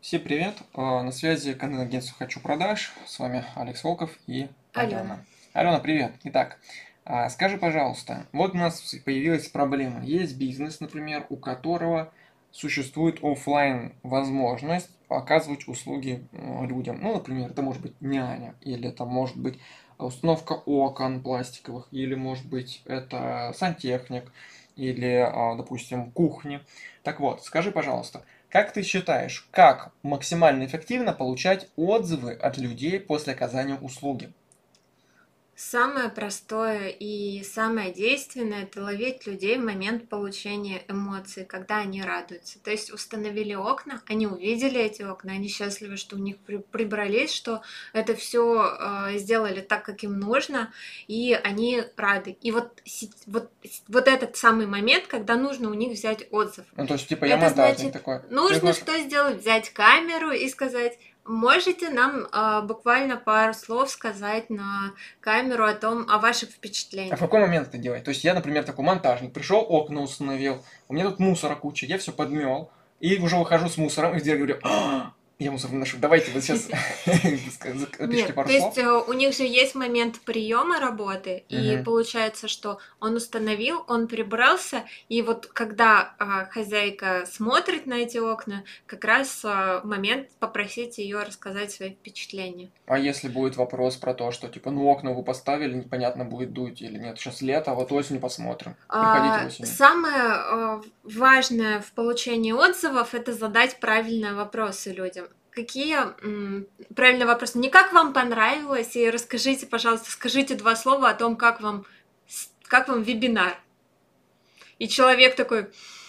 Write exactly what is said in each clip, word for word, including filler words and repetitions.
Всем привет! А, На связи контент-агентство «Хочу продаж». С вами Алекс Волков и Алена. Алена. Алена, привет! Итак, а, скажи, пожалуйста, вот у нас появилась проблема. Есть бизнес, например, у которого существует оффлайн возможность оказывать услуги м, людям. Ну, например, это может быть няня, или это может быть установка окон пластиковых, или может быть это сантехник, или, а, допустим, кухни. Так вот, скажи, пожалуйста, как ты считаешь, как максимально эффективно получать отзывы от людей после оказания услуги? Самое простое и самое действенное– это ловить людей в момент получения эмоций, когда они радуются. То есть установили окна, они увидели эти окна, они счастливы, что у них при- прибрались, что это все сделали так, как им нужно, и они рады. И вот, си- вот, с- вот этот самый момент, когда нужно у них взять отзыв. Ну, то есть, типа, я Это монтажник значит, такой. нужно Прихожу. что сделать? Взять камеру и сказать, можете нам а, буквально пару слов сказать на камеру о том, о ваших А в впечатлениях. какой момент это делать? То есть, я, например, такой монтажник, пришел, окна установил, у меня тут мусора куча, я все подмел, и уже выхожу с мусором, и где говорю, «А, я мусор выношу, давайте вот сейчас запишите Нет, пару то есть слов». э, у них же есть момент приема работы, и Мгм. получается, что он установил, он прибрался, и вот когда а, хозяйка смотрит на эти окна, как раз а, момент попросить ее рассказать свои впечатления. А если будет вопрос про то, что, типа, ну, окна вы поставили, непонятно, будет дуть или нет, сейчас лето, а вот осенью посмотрим. Приходите А, осенью. Самое а, важное в получении отзывов– это задать правильные вопросы людям. Какие м, правильные вопросы? Не как вам понравилось, и расскажите, пожалуйста, скажите два слова о том, как вам, с- как вам вебинар. И человек такой,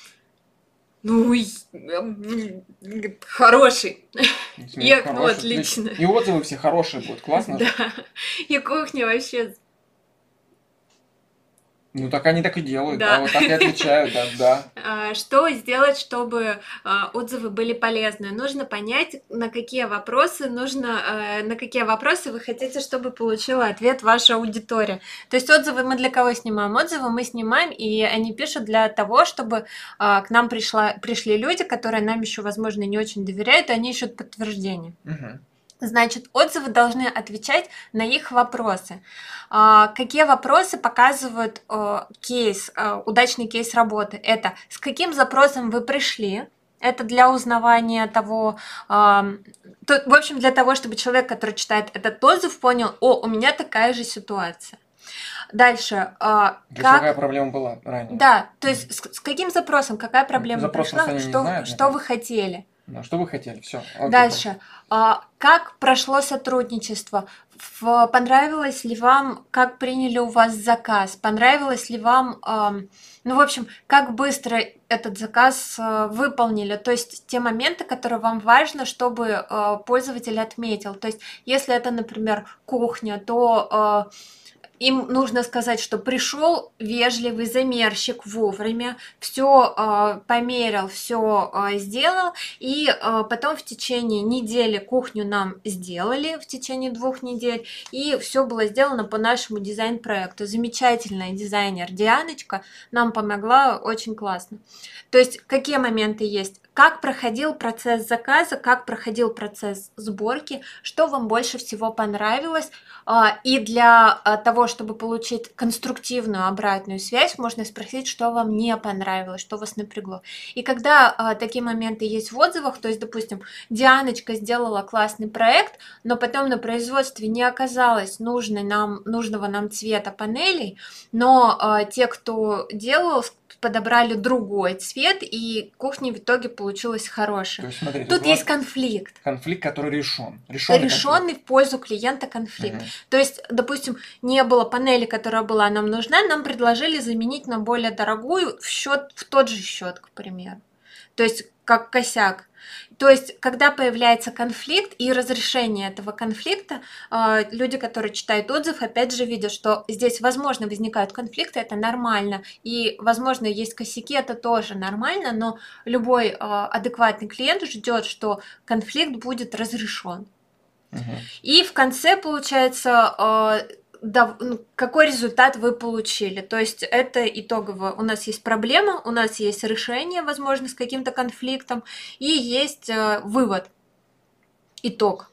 ну, и, м, хороший. И Смех окно хороший, отлично. отлично. И отзывы все хорошие будут, классно Да. же. И кухня вообще, Ну так они так и делают, да, да. вот так и отвечают, да, да. А, Что сделать, чтобы а, отзывы были полезны? Нужно понять, на какие вопросы нужно, э, на какие вопросы вы хотите, чтобы получила ответ ваша аудитория. То есть отзывы мы для кого снимаем? Отзывы мы снимаем, и они пишут для того, чтобы а, к нам пришла, пришли люди, которые нам еще, возможно, не очень доверяют, и они ищут подтверждение. Мгм. Значит, отзывы должны отвечать на их вопросы. А, Какие вопросы показывают э, кейс, э, удачный кейс работы? Это с каким запросом вы пришли? Это для узнавания того, ам, то- в общем, для того, чтобы человек, который читает этот отзыв, понял, о, у меня такая же ситуация. Дальше, а, То есть какая как, проблема была ранее? да, то Мгм. есть с, с каким запросом, какая Ну, проблема запрос пришла, просто они не что, знают, мне что вы кажется. хотели. Да, что вы хотели? Все, окей, хорошо. Дальше. А, Как прошло сотрудничество? В- Понравилось ли вам, как приняли у вас заказ? Понравилось ли вам, ам, ну, в общем, как быстро этот заказ э, выполнили? То есть те моменты, которые вам важно, чтобы э, пользователь отметил. То есть если это, например, кухня, то э, им нужно сказать, что пришел вежливый замерщик вовремя, все э, померил, все э, сделал, и э, потом в течение недели кухню нам сделали, в течение двух недель, и все было сделано по нашему дизайн-проекту. Замечательная дизайнер Дианочка нам помогла очень классно. То есть какие моменты есть? Как проходил процесс заказа, как проходил процесс сборки, что вам больше всего понравилось, а, и для а, того, чтобы получить конструктивную обратную связь, можно спросить, что вам не понравилось, что вас напрягло. И когда а, такие моменты есть в отзывах, то есть, допустим, Дианочка сделала классный проект, но потом на производстве не оказалось нужной нам, нужного нам цвета панелей, но а, те, кто делал, подобрали другой цвет, и кухня в итоге получилась То хорошая. есть смотри, тут Тут у нас есть конфликт, конфликт, который решен. Решенный конфликт. решенный в пользу клиента конфликт. Мгм. То есть, допустим, не было панели, которая была нам нужна, нам предложили заменить на более дорогую в счет, в тот же счет, к примеру. То есть, как косяк. То есть, когда появляется конфликт и разрешение этого конфликта, э, люди, которые читают отзыв, опять же видят, что здесь, возможно, возникают конфликты, это нормально, и, возможно, есть косяки, это тоже нормально, но любой э, адекватный клиент ждет, что конфликт будет разрешен. Мгм. И в конце, получается, э, да, ну, какой результат вы получили. То есть это итогово. У нас есть проблема, у нас есть решение, возможно, с каким-то конфликтом, и есть э, вывод. итог.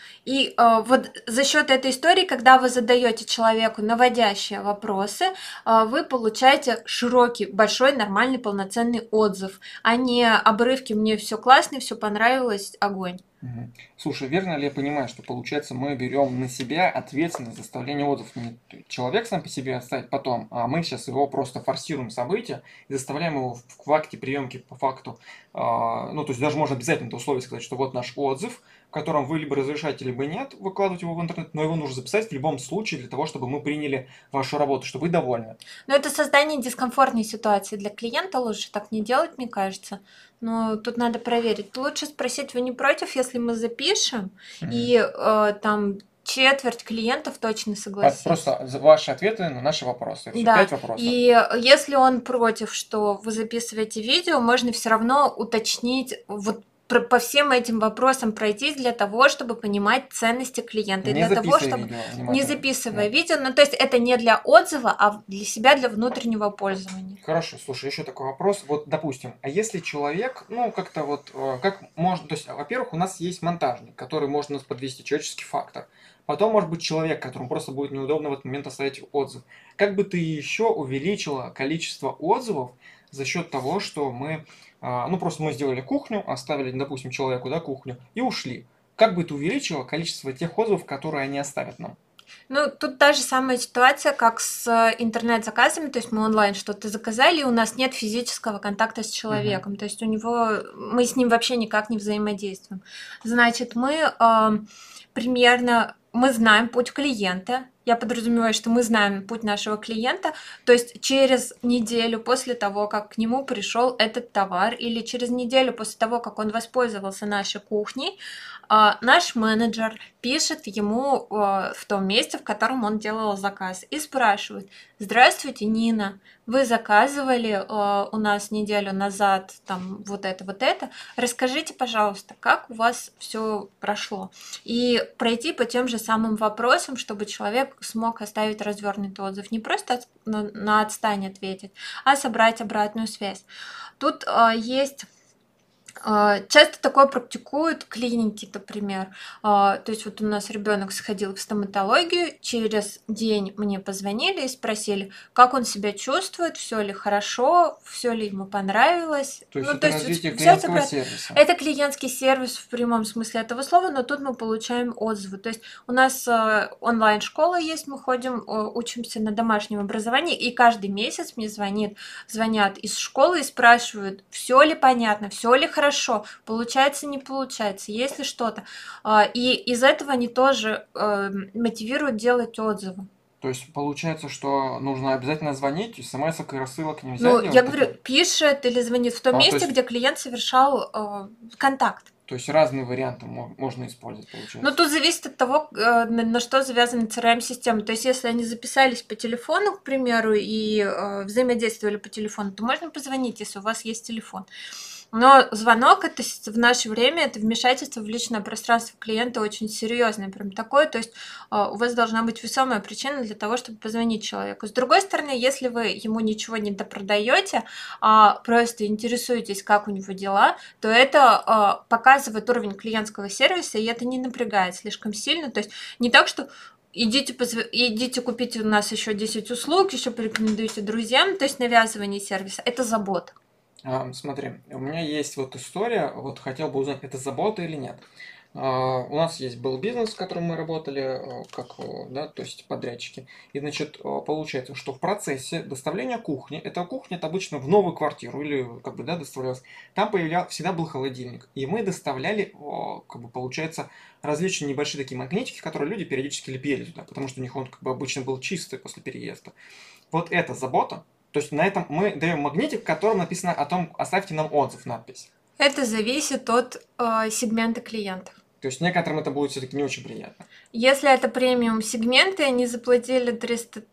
И э, вот за счет этой истории, когда вы задаете человеку наводящие вопросы, э, вы получаете широкий, большой, нормальный, полноценный отзыв, а не обрывки «мне все классно, все понравилось, огонь». Мгм. Слушай, верно ли я понимаю, что получается мы берем на себя ответственность за составление отзывов? Не человек сам по себе оставить потом, а мы сейчас его просто форсируем события и заставляем его в в акте приемки по факту. а, Ну, то есть даже можно обязательно это условие сказать, что вот наш отзыв, в котором вы либо разрешаете, либо нет выкладывать его в интернет, но его нужно записать в любом случае для того, чтобы мы приняли вашу работу, что вы довольны. Но это создание дискомфортной ситуации для клиента, лучше так не делать, мне кажется. Но тут надо проверить. Лучше спросить, вы не против, если мы запишем, Мгм. и э, там четверть клиентов точно А согласится. Просто за- ваши ответы на наши вопросы. Все, Да, пять вопросов. и если он против, что вы записываете видео, можно все равно уточнить, вот про- по всем этим вопросам пройтись для того, чтобы понимать ценности клиента, и Не для того, записывай чтобы видео, не внимательно. записывая Да. видео, ну то есть это не для отзыва, а для себя, для внутреннего пользования. Хорошо, слушай, еще такой вопрос. Вот, допустим, а если человек, ну, как-то вот, э, как можно, то есть, а, во-первых, у нас есть монтажник, который может нас подвести, человеческий фактор. Потом может быть человек, которому просто будет неудобно в этот момент оставить отзыв. Как бы ты еще увеличила количество отзывов за счет того, что мы, а, ну, просто мы сделали кухню, оставили, допустим, человеку, да, кухню, и ушли. Как бы ты увеличила количество тех отзывов, которые они оставят нам? Ну, тут та же самая ситуация, как с э, интернет-заказами, то есть мы онлайн что-то заказали, и у нас нет физического контакта с Мгм. человеком, то есть у него, мы с ним вообще никак не взаимодействуем. Значит, мы ам, примерно, мы знаем путь клиента, я подразумеваю, что мы знаем путь нашего клиента, то есть через неделю после того, как к нему пришел этот товар, или через неделю после того, как он воспользовался нашей кухней, а, наш менеджер пишет ему а, в том месте, в котором он делал заказ, и спрашивает: «Здравствуйте, Нина, вы заказывали а, у нас неделю назад там вот это, вот это. Расскажите, пожалуйста, как у вас все прошло?» И пройти по тем же самым вопросам, чтобы человек смог оставить развернутый отзыв, не просто от- на, на отстань ответить, а собрать обратную связь. Тут а, есть а, часто такое практикуют клиники, например. А, То есть вот у нас ребенок сходил в стоматологию, через день мне позвонили и спросили, как он себя чувствует, все ли хорошо, все ли ему понравилось. То есть Ну, то это есть вот развитие взять клиентского обратно. сервиса. Это клиентский сервис в прямом смысле этого слова, но тут мы получаем отзывы. То есть у нас э, онлайн-школа есть, мы ходим, э, учимся на домашнем образовании, и каждый месяц мне звонит звонят из школы и спрашивают, все ли понятно, все ли хорошо, получается, не получается, есть ли что-то. А, И из этого они тоже э, мотивируют делать отзывы. То есть получается, что нужно обязательно звонить, смс-ок и рассылок нельзя Ну, я делать говорю, таких? пишет или звонит в том А, то месте, есть, где клиент совершал э, контакт. то есть разные варианты мо- можно использовать, Но получается. тут зависит от того, э, на, на что завязана си эр эм-система. То есть, если они записались по телефону, к примеру, и э, взаимодействовали по телефону, то можно позвонить, если у вас есть телефон. Но звонок это с- в наше время это вмешательство в личное пространство клиента очень серьезное, прям такое. То есть э, у вас должна быть весомая причина для того, чтобы позвонить человеку. С другой стороны, если вы ему ничего не допродаете, а просто интересуетесь, как у него дела, то это э, показывает уровень клиентского сервиса, и это не напрягает слишком сильно. То есть не так, что идите, позв- идите купите у нас еще десять услуг, еще порекомендуйте друзьям, то есть навязывание сервиса, это забота. А, смотри, у меня есть вот история, вот хотел бы узнать, это забота или нет. А, у нас есть был бизнес, в котором мы работали, э, как, э, да, то есть подрядчики. И, значит, э, получается, что в процессе доставления кухни, эта кухня, это обычно в новую квартиру или, как бы, да, доставлялась, там появлял, всегда был холодильник. И мы доставляли, о, как бы, получается, различные небольшие такие магнитики, которые люди периодически лепили туда, потому что у них он, как бы, обычно был чистый после переезда. Вот это забота. То есть на этом мы даем магнитик, в котором написано о том, оставьте нам отзыв, надпись. Это зависит от э, сегмента клиентов. То есть некоторым это будет все-таки не очень приятно. Если это премиум сегменты, они заплатили триста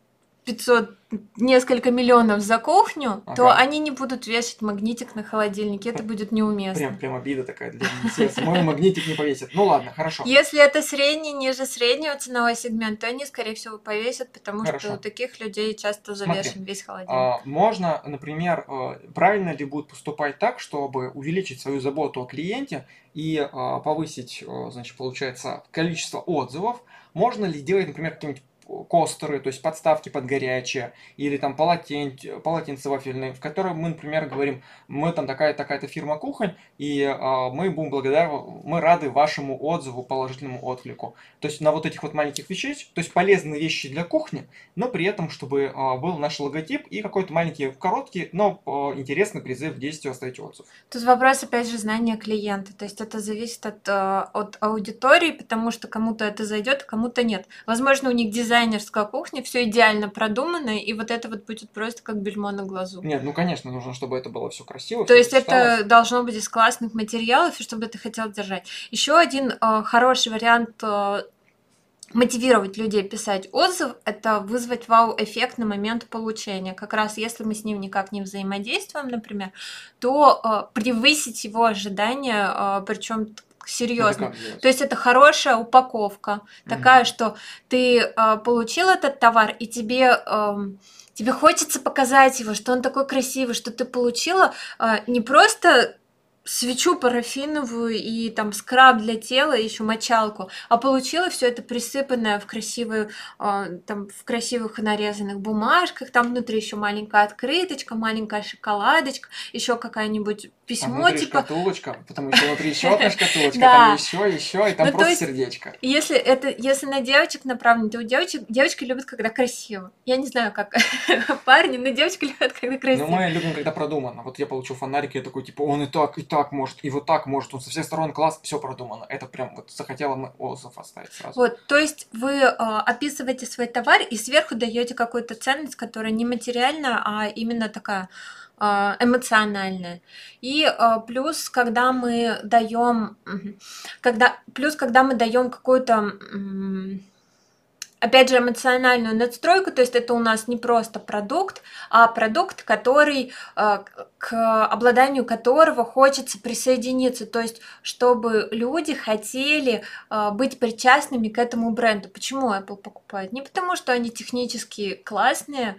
пятьсот, несколько миллионов за кухню, то Ага. они не будут вешать магнитик на холодильнике, это будет Прям, неуместно. прям обида такая для сердца. Мой магнитик не повесит. Ну ладно, хорошо. Если это средний, ниже среднего ценовой сегмент, то они, скорее всего, повесят, потому что у Хорошо. таких людей часто Смотри, завешен весь холодильник. а, можно, например, а, правильно ли будет поступать так, чтобы увеличить свою заботу о клиенте и а, повысить, а, значит, получается, количество отзывов? Можно ли делать, например, какие-нибудь костеры, то есть подставки под горячее, или там полотен, полотенца вафельные, в которых мы, например, говорим, мы там такая-такая-то фирма кухонь, и а, мы будем благодарны, мы рады вашему отзыву, положительному отклику. То есть на вот этих вот маленьких вещей, то есть полезные вещи для кухни, но при этом, чтобы а, был наш логотип и какой-то маленький, короткий, но а, интересный призыв к действию оставить отзыв. Тут вопрос, опять же, знания клиента. То есть это зависит от, э, от аудитории, потому что кому-то это зайдет, а кому-то нет. Возможно, у них дизайнерская кухня, все идеально продумано, и вот это вот будет просто как бельмо на глазу. Нет, ну конечно, нужно, чтобы это было все красиво. То всё есть сочеталось. это должно быть из классных материалов, и чтобы ты хотел держать. Еще один э, хороший вариант э, мотивировать людей писать отзыв, это вызвать вау-эффект на момент получения. Как раз если мы с ним никак не взаимодействуем, например, то э, превысить его ожидания, э, причем Это серьезно. как делать? То есть это хорошая упаковка, такая, Мгм. что ты э, получил этот товар, и тебе, эм, тебе хочется показать его, что он такой красивый, что ты получила э, не просто свечу парафиновую и там скраб для тела, еще мочалку, а получила все это присыпанное в красивую, а, там в красивых нарезанных бумажках, там внутри еще маленькая открыточка, маленькая шоколадочка, еще какая-нибудь А письмо внутри типа. шкатулочка, потому что внутри еще одна шкатулочка, там Да. еще, еще, и там Ну, то просто есть, сердечко. если это, если на девочек направлено, то у девочек, девочки любят, когда красиво. Я не знаю, как парни, но девочки любят, когда Но красиво. мы любим, когда продумано. Вот я получил фонарик, я такой, типа, он и так, и так может, и вот так может, он со всех сторон класс, все продумано. Это прям вот захотела мы отзыв оставить сразу. Вот, то есть вы э, описываете свой товар и сверху даете какую-то ценность, которая не материальная, а именно такая э, эмоциональная. И э, плюс, когда мы даем, когда плюс, когда мы даем какую-то м, опять же, эмоциональную надстройку, то есть это у нас не просто продукт, а продукт, который, э, к обладанию которого хочется присоединиться, то есть чтобы люди хотели э, быть причастными к этому бренду. Почему Apple покупает? Не потому, что они технически классные,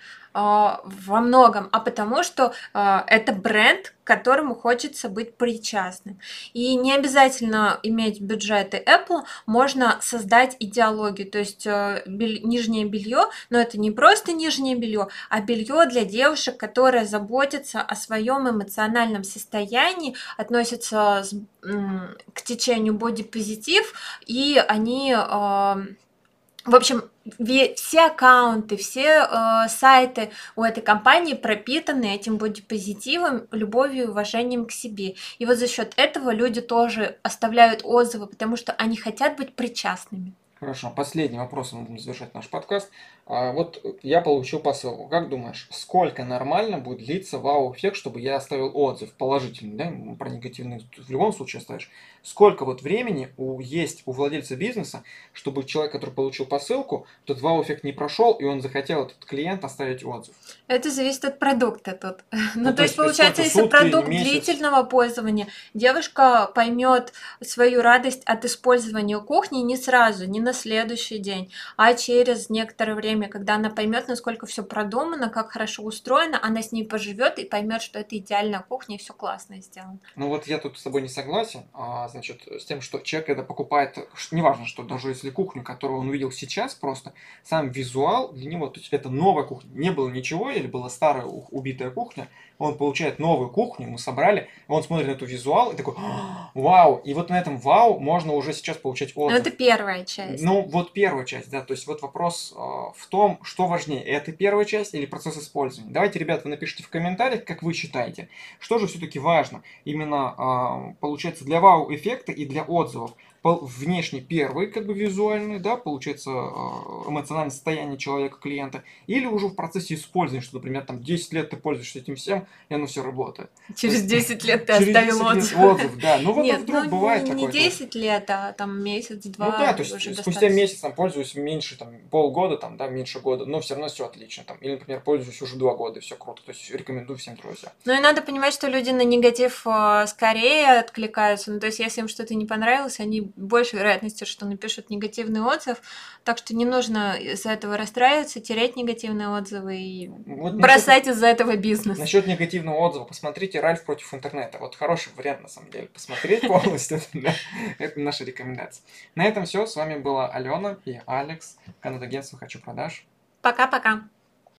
во многом, а потому что э, это бренд, к которому хочется быть причастным. И не обязательно иметь бюджеты Apple, можно создать идеологию, то есть э, бель, нижнее белье, но это не просто нижнее белье, а белье для девушек, которые заботятся о своем эмоциональном состоянии, относятся с, м, к течению бодипозитив, и они э, в общем, все аккаунты, все э, сайты у этой компании пропитаны этим бодипозитивом, любовью и уважением к себе. И вот за счет этого люди тоже оставляют отзывы, потому что они хотят быть причастными. Хорошо, последний вопрос, мы будем завершать наш подкаст. А, вот я получил посылку. Как думаешь, сколько нормально будет длиться вау-эффект, чтобы я оставил отзыв положительный, да? Про негативный в любом случае оставишь. Сколько вот времени у, есть у владельца бизнеса, чтобы человек, который получил посылку, тот вау-эффект не прошел, и он захотел, этот клиент, оставить отзыв? Это зависит от продукта тут. Ну, Ну, то то есть, есть, получается, сколько, если сутки, продукт месяц? длительного пользования, девушка поймет свою радость от использования кухни не сразу, не на следующий день, а через некоторое время, когда она поймет, насколько все продумано, как хорошо устроено, она с ней поживет и поймет, что это идеальная кухня и все классно сделано. Ну вот я тут с тобой не согласен, а, значит, с тем, что человек, когда покупает, ш- неважно, что даже если кухню, которую он увидел сейчас, просто сам визуал для него, то есть это новая кухня, не было ничего, или была старая у- убитая кухня, он получает новую кухню, мы собрали, он смотрит на эту визуал и такой, «А, вау, и вот на этом вау можно уже сейчас получать Но отзыв. это первая часть. Ну, вот первая часть, да, то есть вот вопрос э, в том, что важнее, это первая часть или процесс использования. Давайте, ребята, вы напишите в комментариях, как вы считаете, что же все-таки важно именно, э, получается, для вау-эффекта эффекта и для отзывов. Внешне первый, как бы визуальный, да, получается эмоциональное состояние человека, клиента, или уже в процессе использования, что, например, там десять лет ты пользуешься этим всем, и оно все работает. Через десять лет ты Через оставил десять лет отзыв. отзыв, да. Ну вот Нет, вдруг ну бывает не, не такое тоже. десять лет, а там Ну да, месяц-два то есть уже спустя достаточно. месяц там пользуюсь меньше, там полгода, там, да, меньше года, но все равно все отлично. Там. Или, например, пользуюсь уже два года, и все круто. То есть рекомендую всем, друзья. Ну и надо понимать, что люди на негатив э, скорее откликаются. Ну, то есть, если им что-то не понравилось, они больше вероятности, что напишут негативный отзыв. Так что не нужно из-за этого расстраиваться, терять негативные отзывы и Вот бросать из-за этого бизнес. Насчет негативного отзыва, посмотрите «Ральф против интернета». Вот хороший вариант, на самом деле, посмотреть полностью. Это наша рекомендация. На этом все. С вами была Алена и Алекс, контент-агентство «Хочу продаж». Пока-пока.